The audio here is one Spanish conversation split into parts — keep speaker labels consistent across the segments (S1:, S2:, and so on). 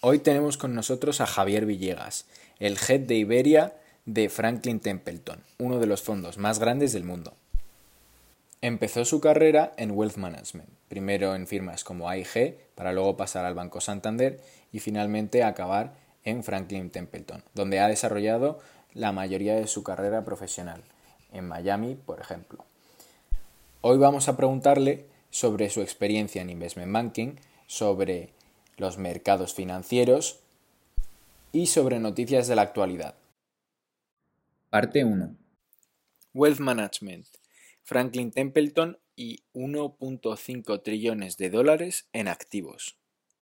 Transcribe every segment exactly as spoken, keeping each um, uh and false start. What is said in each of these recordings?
S1: Hoy tenemos con nosotros a Javier Villegas, el head de Iberia de Franklin Templeton, uno de los fondos más grandes del mundo. Empezó su carrera en Wealth Management, primero en firmas como A I G, para luego pasar al Banco Santander y finalmente acabar en Franklin Templeton, donde ha desarrollado la mayoría de su carrera profesional, en Miami, por ejemplo. Hoy vamos a preguntarle sobre su experiencia en Investment Banking, sobre los mercados financieros y sobre noticias de la actualidad. Parte uno. Wealth Management. Franklin Templeton y uno punto cinco trillones de dólares en activos.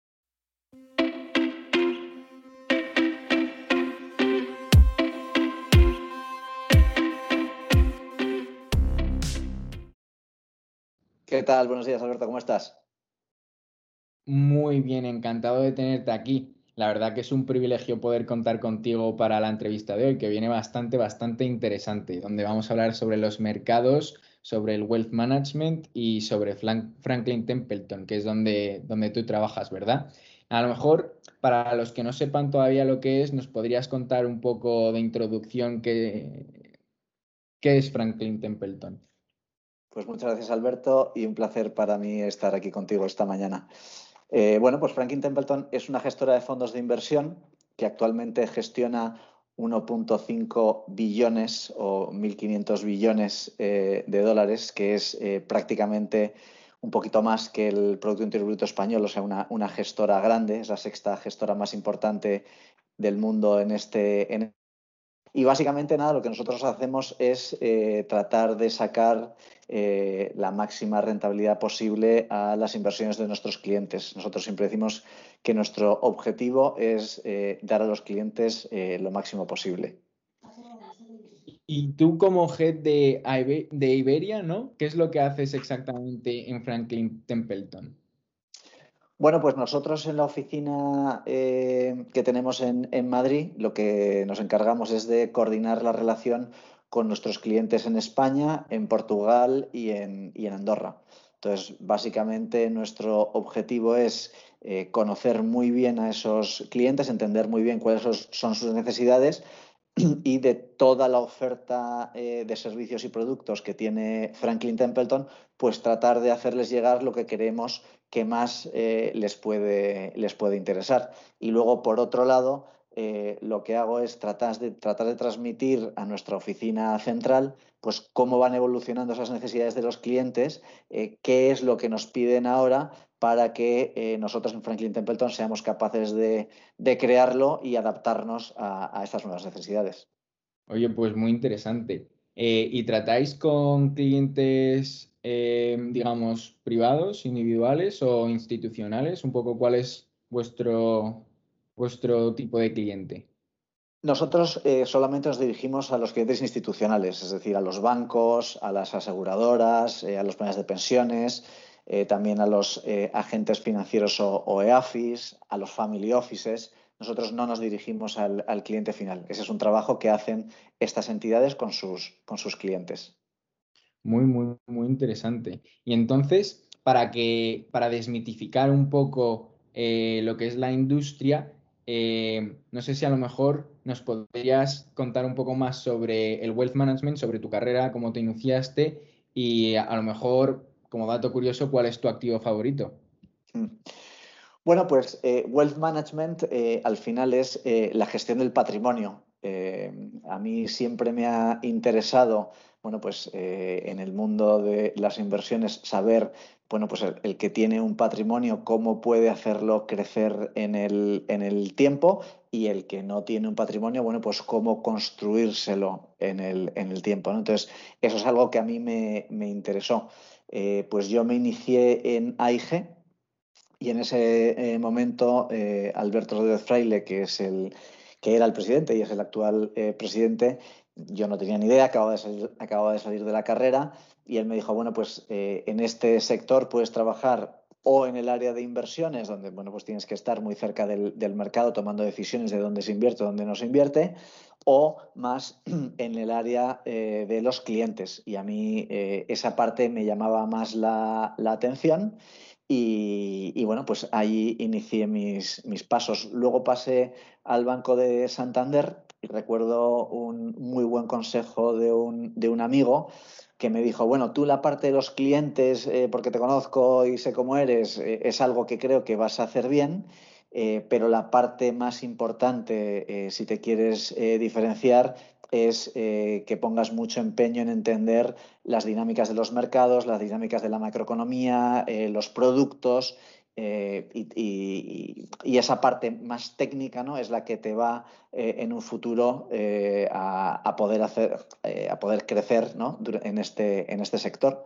S2: ¿Qué tal? Buenos días, Alberto, ¿cómo estás?
S1: Muy bien, encantado de tenerte aquí. La verdad que es un privilegio poder contar contigo para la entrevista de hoy, que viene bastante, bastante interesante, donde vamos a hablar sobre los mercados, sobre el wealth management y sobre Flan- Franklin Templeton, que es donde, donde tú trabajas, ¿verdad? A lo mejor, para los que no sepan todavía lo que es, ¿nos podrías contar un poco de introducción qué, qué es Franklin Templeton?
S2: Pues muchas gracias, Alberto, y un placer para mí estar aquí contigo esta mañana. Eh, bueno, pues Franklin Templeton es una gestora de fondos de inversión que actualmente gestiona uno punto cinco billones o mil quinientos billones eh, de dólares, que es eh, prácticamente un poquito más que el Producto Interior Bruto español, o sea, una, una gestora grande, es la sexta gestora más importante del mundo en este, en Y básicamente nada, lo que nosotros hacemos es eh, tratar de sacar eh, la máxima rentabilidad posible a las inversiones de nuestros clientes. Nosotros siempre decimos que nuestro objetivo es eh, dar a los clientes eh, lo máximo posible.
S1: Y tú como head de, Ibe- de Iberia, ¿no? ¿Qué es lo que haces exactamente en Franklin Templeton?
S2: Bueno, pues nosotros en la oficina eh, que tenemos en, en Madrid, lo que nos encargamos es de coordinar la relación con nuestros clientes en España, en Portugal y en, y en Andorra. Entonces, básicamente nuestro objetivo es eh, conocer muy bien a esos clientes, entender muy bien cuáles son son sus necesidades y de toda la oferta eh, de servicios y productos que tiene Franklin Templeton, pues tratar de hacerles llegar lo que queremos que más eh, les puede, les puede interesar. Y luego, por otro lado, eh, lo que hago es tratar de, tratar de transmitir a nuestra oficina central pues cómo van evolucionando esas necesidades de los clientes, eh, qué es lo que nos piden ahora para que eh, nosotros en Franklin Templeton seamos capaces de, de crearlo y adaptarnos a, a estas nuevas necesidades.
S1: Oye, pues muy interesante. Eh, ¿y tratáis con clientes, eh, digamos, privados, individuales o institucionales? Un poco cuál es vuestro, vuestro tipo de cliente.
S2: Nosotros eh, solamente nos dirigimos a los clientes institucionales, es decir, a los bancos, a las aseguradoras, eh, a los planes de pensiones, eh, también a los eh, agentes financieros o, o E A F Is, a los family offices. Nosotros no nos dirigimos al, al cliente final. Ese es un trabajo que hacen estas entidades con sus, con sus clientes.
S1: Muy, muy, muy interesante. Y entonces, para que, para desmitificar un poco eh, lo que es la industria, eh, no sé si a lo mejor nos podrías contar un poco más sobre el wealth management, sobre tu carrera, cómo te iniciaste y a, a lo mejor, como dato curioso, ¿cuál es tu activo favorito?
S2: Mm. Bueno, pues eh, Wealth Management eh, al final es eh, la gestión del patrimonio. Eh, a mí siempre me ha interesado, bueno, pues eh, en el mundo de las inversiones saber, bueno, pues el, el que tiene un patrimonio, cómo puede hacerlo crecer en el, en el tiempo y el que no tiene un patrimonio, bueno, pues cómo construírselo en el, en el tiempo, ¿no? Entonces, eso es algo que a mí me, me interesó. Eh, pues yo me inicié en A I G y en ese eh, momento, eh, Alberto Rodríguez Fraile, que es el que era el presidente y es el actual eh, presidente, yo no tenía ni idea, acababa de salir, acababa de salir de la carrera y él me dijo, bueno, pues eh, en este sector puedes trabajar o en el área de inversiones, donde bueno, pues tienes que estar muy cerca del, del mercado tomando decisiones de dónde se invierte, dónde no se invierte, o más en el área eh, de los clientes. Y a mí eh, esa parte me llamaba más la, la atención Y, y bueno, pues ahí inicié mis, mis pasos. Luego pasé al Banco de Santander y recuerdo un muy buen consejo de un, de un amigo que me dijo, bueno, tú la parte de los clientes, eh, porque te conozco y sé cómo eres, eh, es algo que creo que vas a hacer bien, eh, pero la parte más importante, eh, si te quieres eh, diferenciar, es eh, que pongas mucho empeño en entender las dinámicas de los mercados, las dinámicas de la macroeconomía, eh, los productos. Eh, y, y, y, esa parte más técnica, ¿no? Es la que te va eh, en un futuro eh, a, a, poder hacer, eh, a poder crecer, ¿no? en, este, en este sector.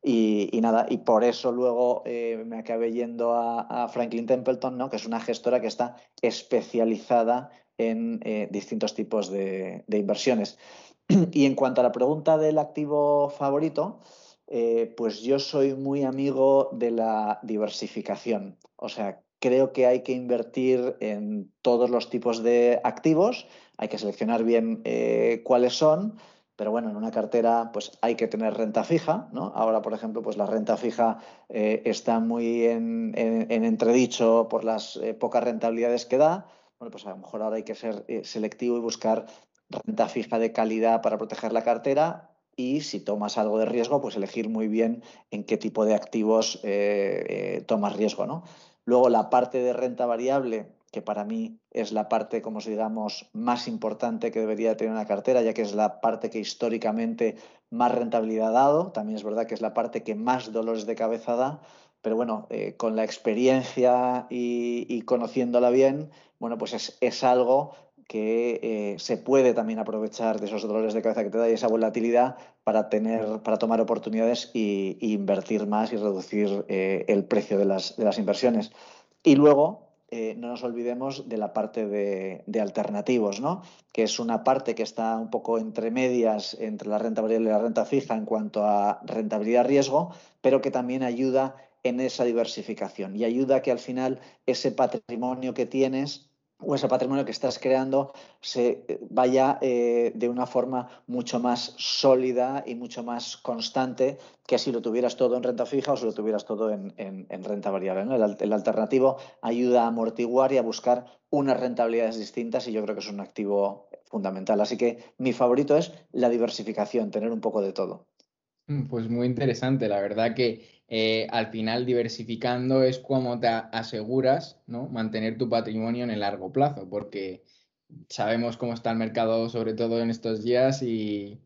S2: Y, y, nada, y por eso luego eh, me acabé yendo a, a, Franklin Templeton, ¿no? Que es una gestora que está especializada en eh, distintos tipos de, de, inversiones. Y en cuanto a la pregunta del activo favorito, eh, pues yo soy muy amigo de la diversificación. O sea, creo que hay que invertir en todos los tipos de activos, hay que seleccionar bien eh, cuáles son, pero bueno, en una cartera pues hay que tener renta fija, ¿no? Ahora, por ejemplo, pues la renta fija eh, está muy en, en, en, entredicho por las eh, pocas rentabilidades que da. Bueno, pues a lo mejor ahora hay que ser eh, selectivo y buscar renta fija de calidad para proteger la cartera y si tomas algo de riesgo, pues elegir muy bien en qué tipo de activos eh, eh, tomas riesgo, ¿no? Luego la parte de renta variable, que para mí es la parte, como si digamos, más importante que debería tener una cartera, ya que es la parte que históricamente más rentabilidad ha dado. También es verdad que es la parte que más dolores de cabeza da, pero bueno, eh, con la experiencia y, y, conociéndola bien, bueno, pues es, es algo que eh, se puede también aprovechar de esos dolores de cabeza que te da y esa volatilidad para tener, para tomar oportunidades y, y invertir más y reducir eh, el precio de las, de las inversiones. Y luego eh, no nos olvidemos de la parte de, de alternativos, ¿no? Que es una parte que está un poco entre medias entre la renta variable y la renta fija en cuanto a rentabilidad-riesgo, pero que también ayuda en esa diversificación y ayuda a que al final ese patrimonio que tienes o ese patrimonio que estás creando se vaya eh, de una forma mucho más sólida y mucho más constante que si lo tuvieras todo en renta fija o si lo tuvieras todo en, en, en renta variable, ¿no? El, el alternativo ayuda a amortiguar y a buscar unas rentabilidades distintas y yo creo que es un activo fundamental. Así que mi favorito es la diversificación, tener un poco de todo.
S1: Mm, Pues muy interesante, la verdad que eh, al final diversificando es como te a- aseguras, ¿no? Mantener tu patrimonio en el largo plazo, porque sabemos cómo está el mercado, sobre todo en estos días, y,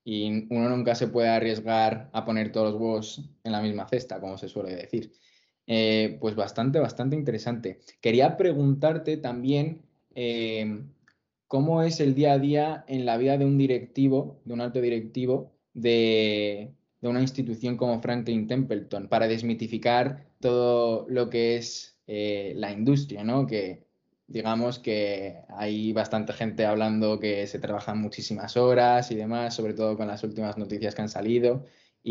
S1: y uno nunca se puede arriesgar a poner todos los huevos en la misma cesta, como se suele decir. Eh, pues bastante, bastante interesante. Quería preguntarte también eh, cómo es el día a día en la vida de un directivo, de un alto directivo de, de una institución como Franklin Templeton, para desmitificar todo lo que es eh, la industria, ¿no? Que digamos que hay bastante gente hablando que se trabajan muchísimas horas y demás, sobre todo con las últimas noticias que han salido.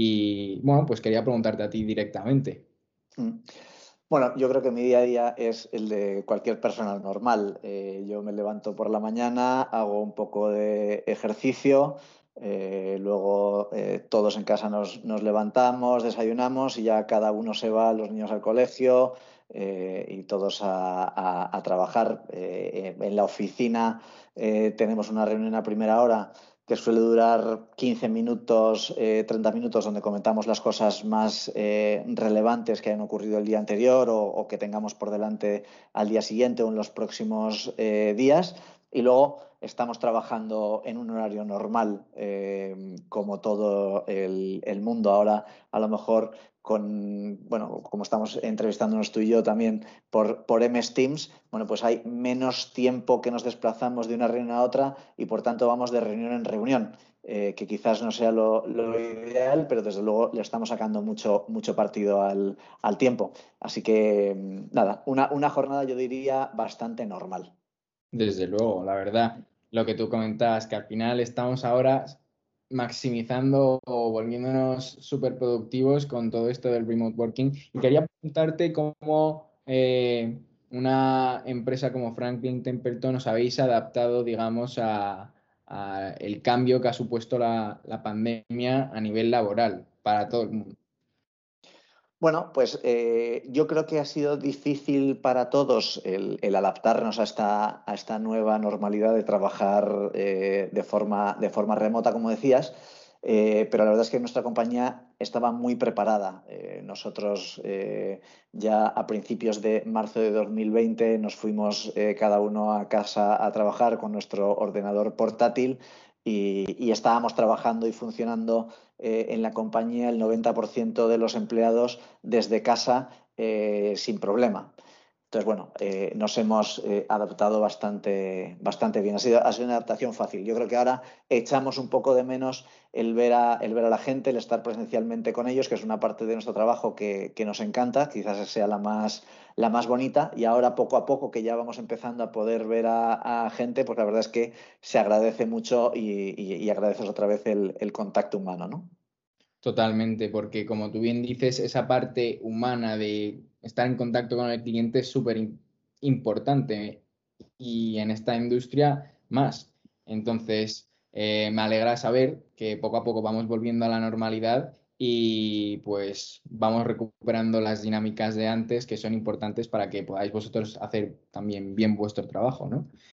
S1: Y bueno, pues quería preguntarte a ti directamente.
S2: Mm. Bueno, yo creo que mi día a día es el de cualquier persona normal. Eh, yo me levanto por la mañana, hago un poco de ejercicio, eh, luego eh, todos en casa nos, nos levantamos, desayunamos y ya cada uno se va, los niños al colegio eh, y todos a, a- a trabajar. Eh, en la oficina eh, tenemos una reunión a primera hora que suele durar quince minutos, eh, treinta minutos, donde comentamos las cosas más eh, relevantes que hayan ocurrido el día anterior o, o, que tengamos por delante al día siguiente o en los próximos eh, días. Y luego estamos trabajando en un horario normal, eh, como todo el, el mundo. Ahora, a lo mejor, con, bueno, como estamos entrevistándonos tú y yo también por, por M S Teams, bueno, pues hay menos tiempo que nos desplazamos de una reunión a otra y por tanto vamos de reunión en reunión, eh, que quizás no sea lo, lo, ideal, pero desde luego le estamos sacando mucho, mucho partido al, al tiempo. Así que nada, una, una jornada yo diría bastante normal.
S1: Desde luego, la verdad, lo que tú comentabas, que al final estamos ahora maximizando o volviéndonos súper productivos con todo esto del remote working. Y quería preguntarte cómo eh, una empresa como Franklin Templeton os habéis adaptado, digamos, a, a el cambio que ha supuesto la, la pandemia a nivel laboral para todo el mundo.
S2: Bueno, pues eh, yo creo que ha sido difícil para todos el, el adaptarnos a esta, a esta nueva normalidad de trabajar eh, de forma, de forma remota, como decías, eh, pero la verdad es que nuestra compañía estaba muy preparada. Eh, nosotros eh, ya a principios de marzo de dos mil veinte nos fuimos eh, cada uno a casa a trabajar con nuestro ordenador portátil y, y estábamos trabajando y funcionando eh, en la compañía el noventa por ciento de los empleados desde casa eh, sin problema. Entonces, bueno, eh, nos hemos eh, adaptado bastante, bastante bien. Ha sido, ha sido una adaptación fácil. Yo creo que ahora echamos un poco de menos el ver a, el ver a la gente, el estar presencialmente con ellos, que es una parte de nuestro trabajo que, que nos encanta, quizás sea la más, la más bonita. Y ahora, poco a poco, que ya vamos empezando a poder ver a, a gente, pues la verdad es que se agradece mucho y, y, y agradeces otra vez el, el contacto humano, ¿no?
S1: Totalmente, porque como tú bien dices, esa parte humana de estar en contacto con el cliente es súper im- importante y en esta industria más. Entonces, eh, me alegra saber que poco a poco vamos volviendo a la normalidad y pues vamos recuperando las dinámicas de antes que son importantes para que podáis vosotros hacer también bien vuestro trabajo, ¿no?